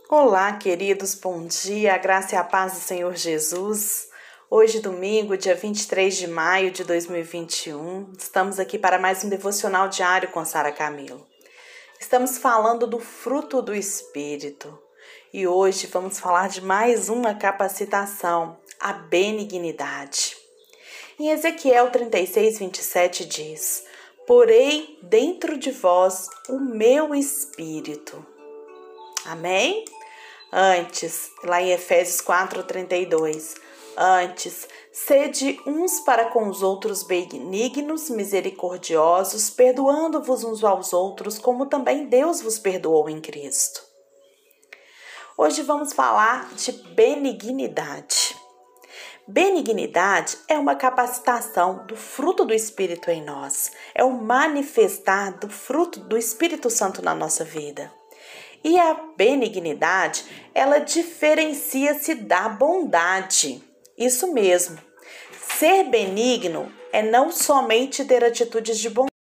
Olá, queridos, bom dia, a graça e a paz do Senhor Jesus. Hoje, domingo, dia 23 de maio de 2021, estamos aqui para mais um devocional diário com Sara Camilo. Estamos falando do fruto do Espírito e hoje vamos falar de mais uma capacitação, a benignidade. Em Ezequiel 36, 27 diz: "Porei dentro de vós o meu Espírito." Amém? Antes, lá em Efésios 4:32, antes, sede uns para com os outros benignos, misericordiosos, perdoando-vos uns aos outros, como também Deus vos perdoou em Cristo. Hoje vamos falar de benignidade. Benignidade é uma capacitação do fruto do Espírito em nós, é o manifestar do fruto do Espírito Santo na nossa vida. E a benignidade, ela diferencia-se da bondade. Isso mesmo. Ser benigno é não somente ter atitudes de bondade.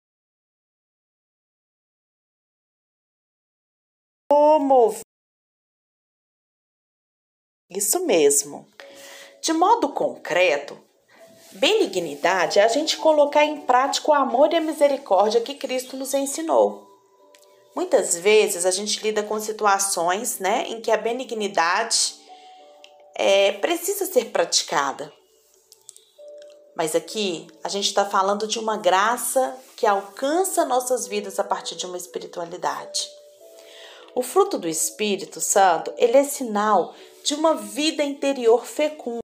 Isso mesmo. De modo concreto, benignidade é a gente colocar em prática o amor e a misericórdia que Cristo nos ensinou. Muitas vezes a gente lida com situações, em que a benignidade precisa ser praticada. Mas aqui a gente está falando de uma graça que alcança nossas vidas a partir de uma espiritualidade. O fruto do Espírito Santo, ele é sinal de uma vida interior fecunda.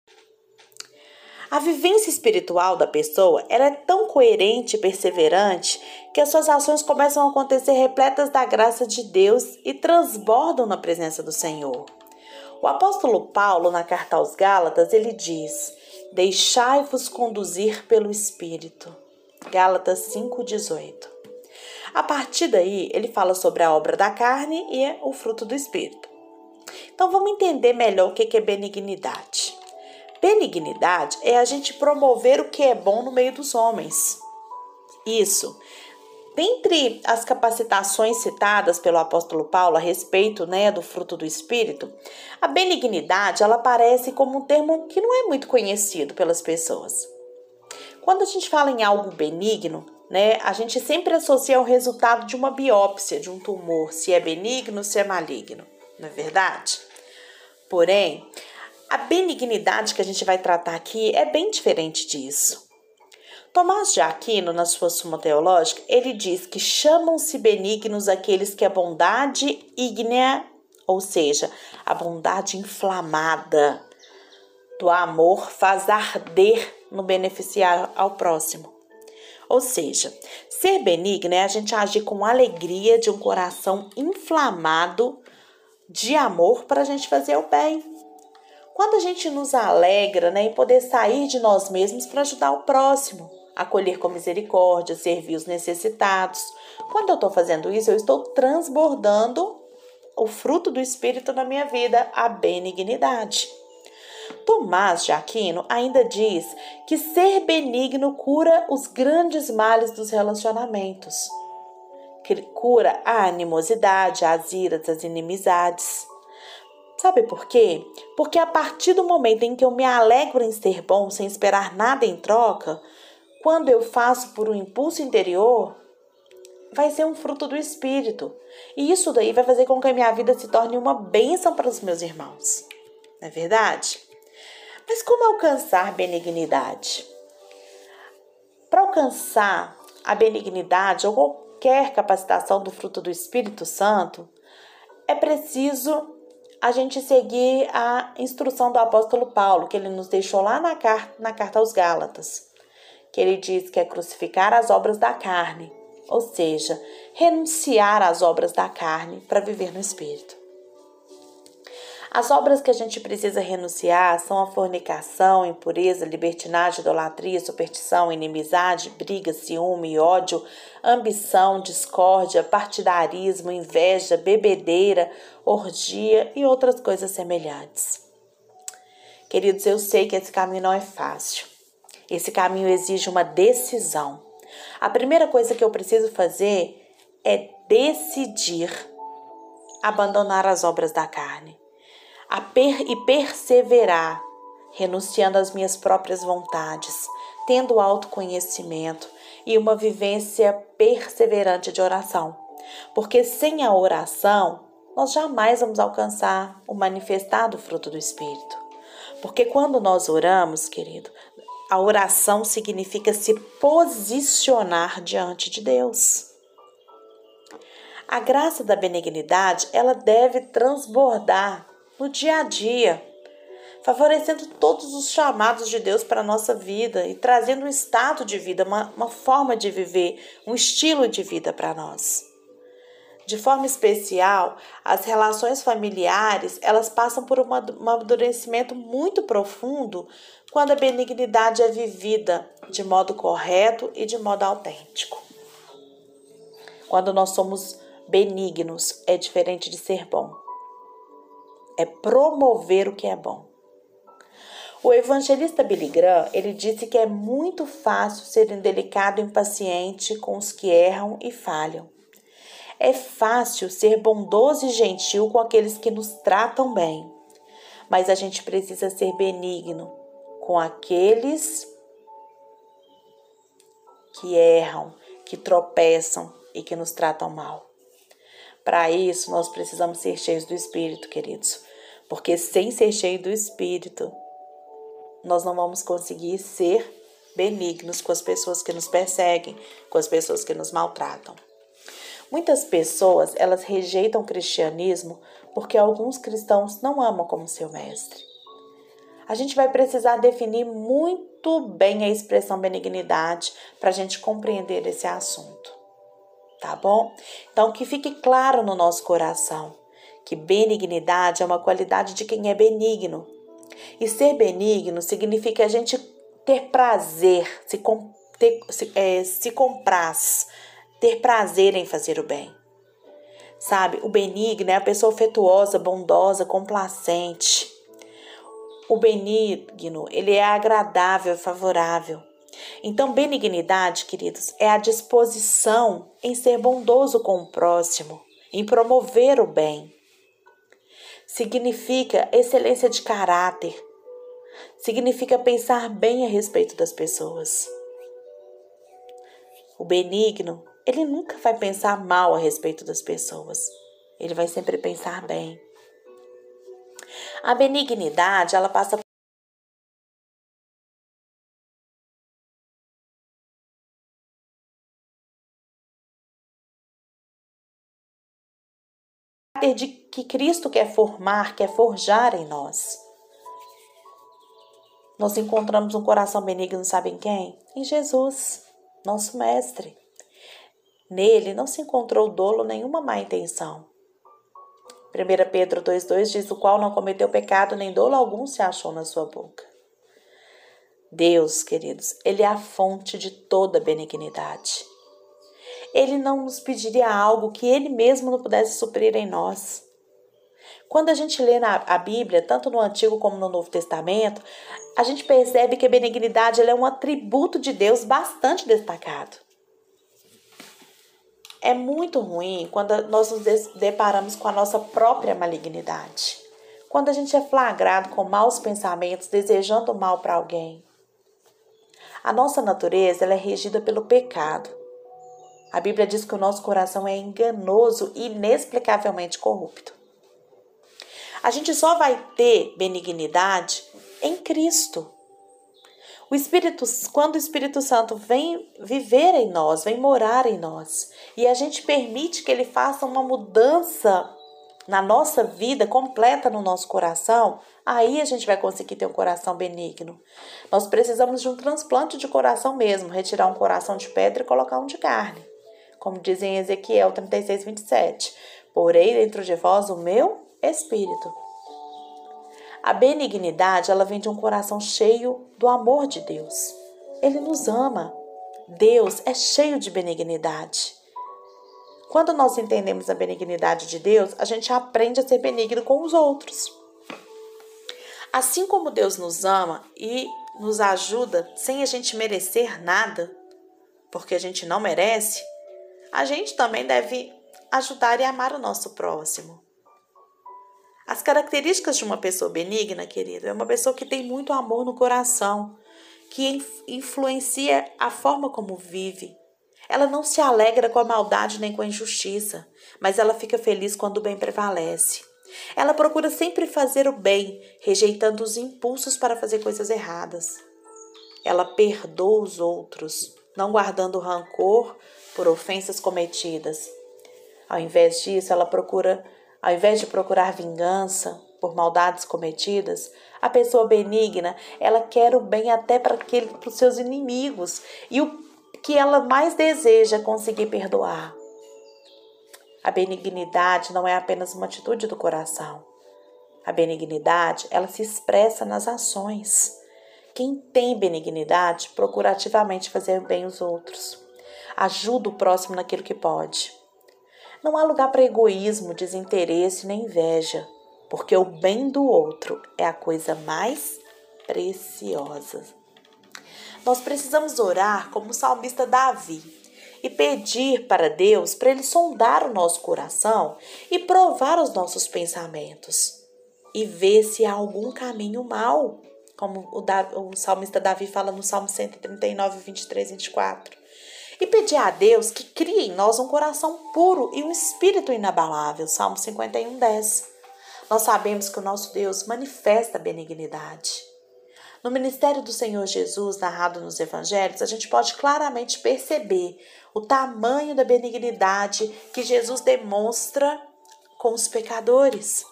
A vivência espiritual da pessoa, ela é tão coerente e perseverante que as suas ações começam a acontecer repletas da graça de Deus e transbordam na presença do Senhor. O apóstolo Paulo, na carta aos Gálatas, ele diz: "Deixai-vos conduzir pelo Espírito." Gálatas 5:18. A partir daí, ele fala sobre a obra da carne e o fruto do Espírito. Então, vamos entender melhor o que é benignidade. Benignidade é a gente promover o que é bom no meio dos homens. Isso. Dentre as capacitações citadas pelo apóstolo Paulo a respeito, do fruto do Espírito, a benignidade, ela aparece como um termo que não é muito conhecido pelas pessoas. Quando a gente fala em algo benigno, a gente sempre associa o resultado de uma biópsia, de um tumor, se é benigno, se é maligno, não é verdade? Porém, a benignidade que a gente vai tratar aqui é bem diferente disso. Tomás de Aquino, na sua Suma Teológica, ele diz que chamam-se benignos aqueles que a bondade ígnea, ou seja, a bondade inflamada do amor, faz arder no beneficiar ao próximo. Ou seja, ser benigno é a gente agir com alegria de um coração inflamado de amor para a gente fazer o bem. Quando a gente nos alegra em poder sair de nós mesmos para ajudar o próximo, acolher com misericórdia, servir os necessitados. Quando eu estou fazendo isso, eu estou transbordando o fruto do Espírito na minha vida, a benignidade. Tomás de Aquino ainda diz que ser benigno cura os grandes males dos relacionamentos. Que cura a animosidade, as iras, as inimizades. Sabe por quê? Porque a partir do momento em que eu me alegro em ser bom, sem esperar nada em troca, quando eu faço por um impulso interior, vai ser um fruto do Espírito. E isso daí vai fazer com que a minha vida se torne uma bênção para os meus irmãos. Não é verdade? Mas como alcançar benignidade? Para alcançar a benignidade ou qualquer capacitação do fruto do Espírito Santo, é preciso a gente seguir a instrução do apóstolo Paulo, que ele nos deixou lá na carta aos Gálatas, que ele diz que é crucificar as obras da carne, ou seja, renunciar às obras da carne para viver no Espírito. As obras que a gente precisa renunciar são a fornicação, impureza, libertinagem, idolatria, superstição, inimizade, briga, ciúme, ódio, ambição, discórdia, partidarismo, inveja, bebedeira, orgia e outras coisas semelhantes. Queridos, eu sei que esse caminho não é fácil. Esse caminho exige uma decisão. A primeira coisa que eu preciso fazer é decidir abandonar as obras da carne e perseverar, renunciando às minhas próprias vontades, tendo autoconhecimento e uma vivência perseverante de oração. Porque sem a oração, nós jamais vamos alcançar o manifestado fruto do Espírito. Porque quando nós oramos, querido, a oração significa se posicionar diante de Deus. A graça da benignidade, ela deve transbordar no dia a dia, favorecendo todos os chamados de Deus para a nossa vida e trazendo um estado de vida, uma forma de viver, um estilo de vida para nós. De forma especial, as relações familiares, elas passam por um amadurecimento muito profundo quando a benignidade é vivida de modo correto e de modo autêntico. Quando nós somos benignos, é diferente de ser bom. É promover o que é bom. O evangelista Billy Graham, ele disse que é muito fácil ser indelicado e impaciente com os que erram e falham. É fácil ser bondoso e gentil com aqueles que nos tratam bem, mas a gente precisa ser benigno com aqueles que erram, que tropeçam e que nos tratam mal. Para isso, nós precisamos ser cheios do Espírito, queridos, porque sem ser cheio do Espírito, nós não vamos conseguir ser benignos com as pessoas que nos perseguem, com as pessoas que nos maltratam. Muitas pessoas, elas rejeitam o cristianismo porque alguns cristãos não amam como seu mestre. A gente vai precisar definir muito bem a expressão benignidade para a gente compreender esse assunto, tá bom? Então, que fique claro no nosso coração que benignidade é uma qualidade de quem é benigno. E ser benigno significa a gente ter prazer, se compraz, ter prazer em fazer o bem. Sabe, o benigno é a pessoa afetuosa, bondosa, complacente. O benigno, ele é agradável, favorável. Então, benignidade, queridos, é a disposição em ser bondoso com o próximo, em promover o bem. Significa excelência de caráter. Significa pensar bem a respeito das pessoas. O benigno, ele nunca vai pensar mal a respeito das pessoas. Ele vai sempre pensar bem. A benignidade, ela passa de que Cristo quer formar, quer forjar em nós. Nós encontramos um coração benigno, sabem quem? Em Jesus, nosso mestre. Nele não se encontrou dolo, nenhuma má intenção. 1 Pedro 2,2 diz: o qual não cometeu pecado, nem dolo algum se achou na sua boca. Deus, queridos, ele é a fonte de toda benignidade. Ele não nos pediria algo que ele mesmo não pudesse suprir em nós. Quando a gente lê a Bíblia, tanto no Antigo como no Novo Testamento, a gente percebe que a benignidade ela é um atributo de Deus bastante destacado. É muito ruim quando nós nos deparamos com a nossa própria malignidade. Quando a gente é flagrado com maus pensamentos, desejando mal para alguém. A nossa natureza ela é regida pelo pecado. A Bíblia diz que o nosso coração é enganoso e inexplicavelmente corrupto. A gente só vai ter benignidade em Cristo. Quando o Espírito Santo vem viver em nós, vem morar em nós, e a gente permite que ele faça uma mudança na nossa vida completa no nosso coração, aí a gente vai conseguir ter um coração benigno. Nós precisamos de um transplante de coração mesmo, retirar um coração de pedra e colocar um de carne. Como diz em Ezequiel 36:27, porei dentro de vós o meu espírito. A benignidade, ela vem de um coração cheio do amor de Deus. Ele nos ama. Deus é cheio de benignidade. Quando nós entendemos a benignidade de Deus, a gente aprende a ser benigno com os outros. Assim como Deus nos ama e nos ajuda sem a gente merecer nada, porque a gente não merece, a gente também deve ajudar e amar o nosso próximo. As características de uma pessoa benigna, querido, é uma pessoa que tem muito amor no coração, que influencia a forma como vive. Ela não se alegra com a maldade nem com a injustiça, mas ela fica feliz quando o bem prevalece. Ela procura sempre fazer o bem, rejeitando os impulsos para fazer coisas erradas. Ela perdoa os outros, não guardando rancor por ofensas cometidas. Ao invés disso, ao invés de procurar vingança por maldades cometidas, a pessoa benigna, ela quer o bem até para os seus inimigos. E o que ela mais deseja é conseguir perdoar. A benignidade não é apenas uma atitude do coração. A benignidade, ela se expressa nas ações. Quem tem benignidade procura ativamente fazer bem aos outros. Ajuda o próximo naquilo que pode. Não há lugar para egoísmo, desinteresse nem inveja, porque o bem do outro é a coisa mais preciosa. Nós precisamos orar como o salmista Davi e pedir para Deus para Ele sondar o nosso coração e provar os nossos pensamentos e ver se há algum caminho mau, como o salmista Davi fala no Salmo 139, 23 e 24. E pedir a Deus que crie em nós um coração puro e um espírito inabalável, Salmo 51, 10. Nós sabemos que o nosso Deus manifesta a benignidade. No ministério do Senhor Jesus, narrado nos evangelhos, a gente pode claramente perceber o tamanho da benignidade que Jesus demonstra com os pecadores.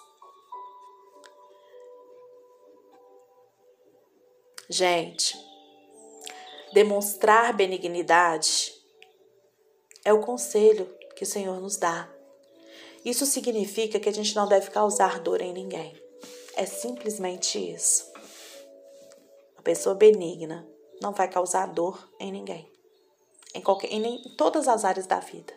Gente, demonstrar benignidade é o conselho que o Senhor nos dá. Isso significa que a gente não deve causar dor em ninguém. É simplesmente isso. A pessoa benigna não vai causar dor em ninguém. Em todas as áreas da vida.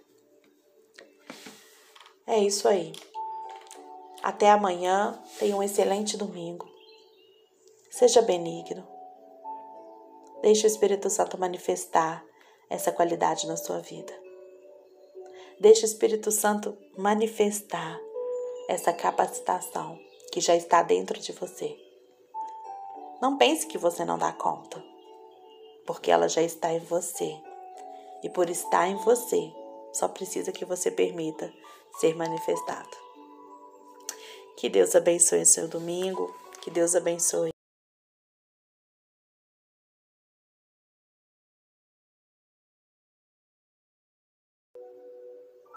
É isso aí. Até amanhã. Tenha um excelente domingo. Seja benigno. Deixe o Espírito Santo manifestar essa qualidade na sua vida. Deixe o Espírito Santo manifestar essa capacitação que já está dentro de você. Não pense que você não dá conta, porque ela já está em você. E por estar em você, só precisa que você permita ser manifestado. Que Deus abençoe o seu domingo, que Deus abençoe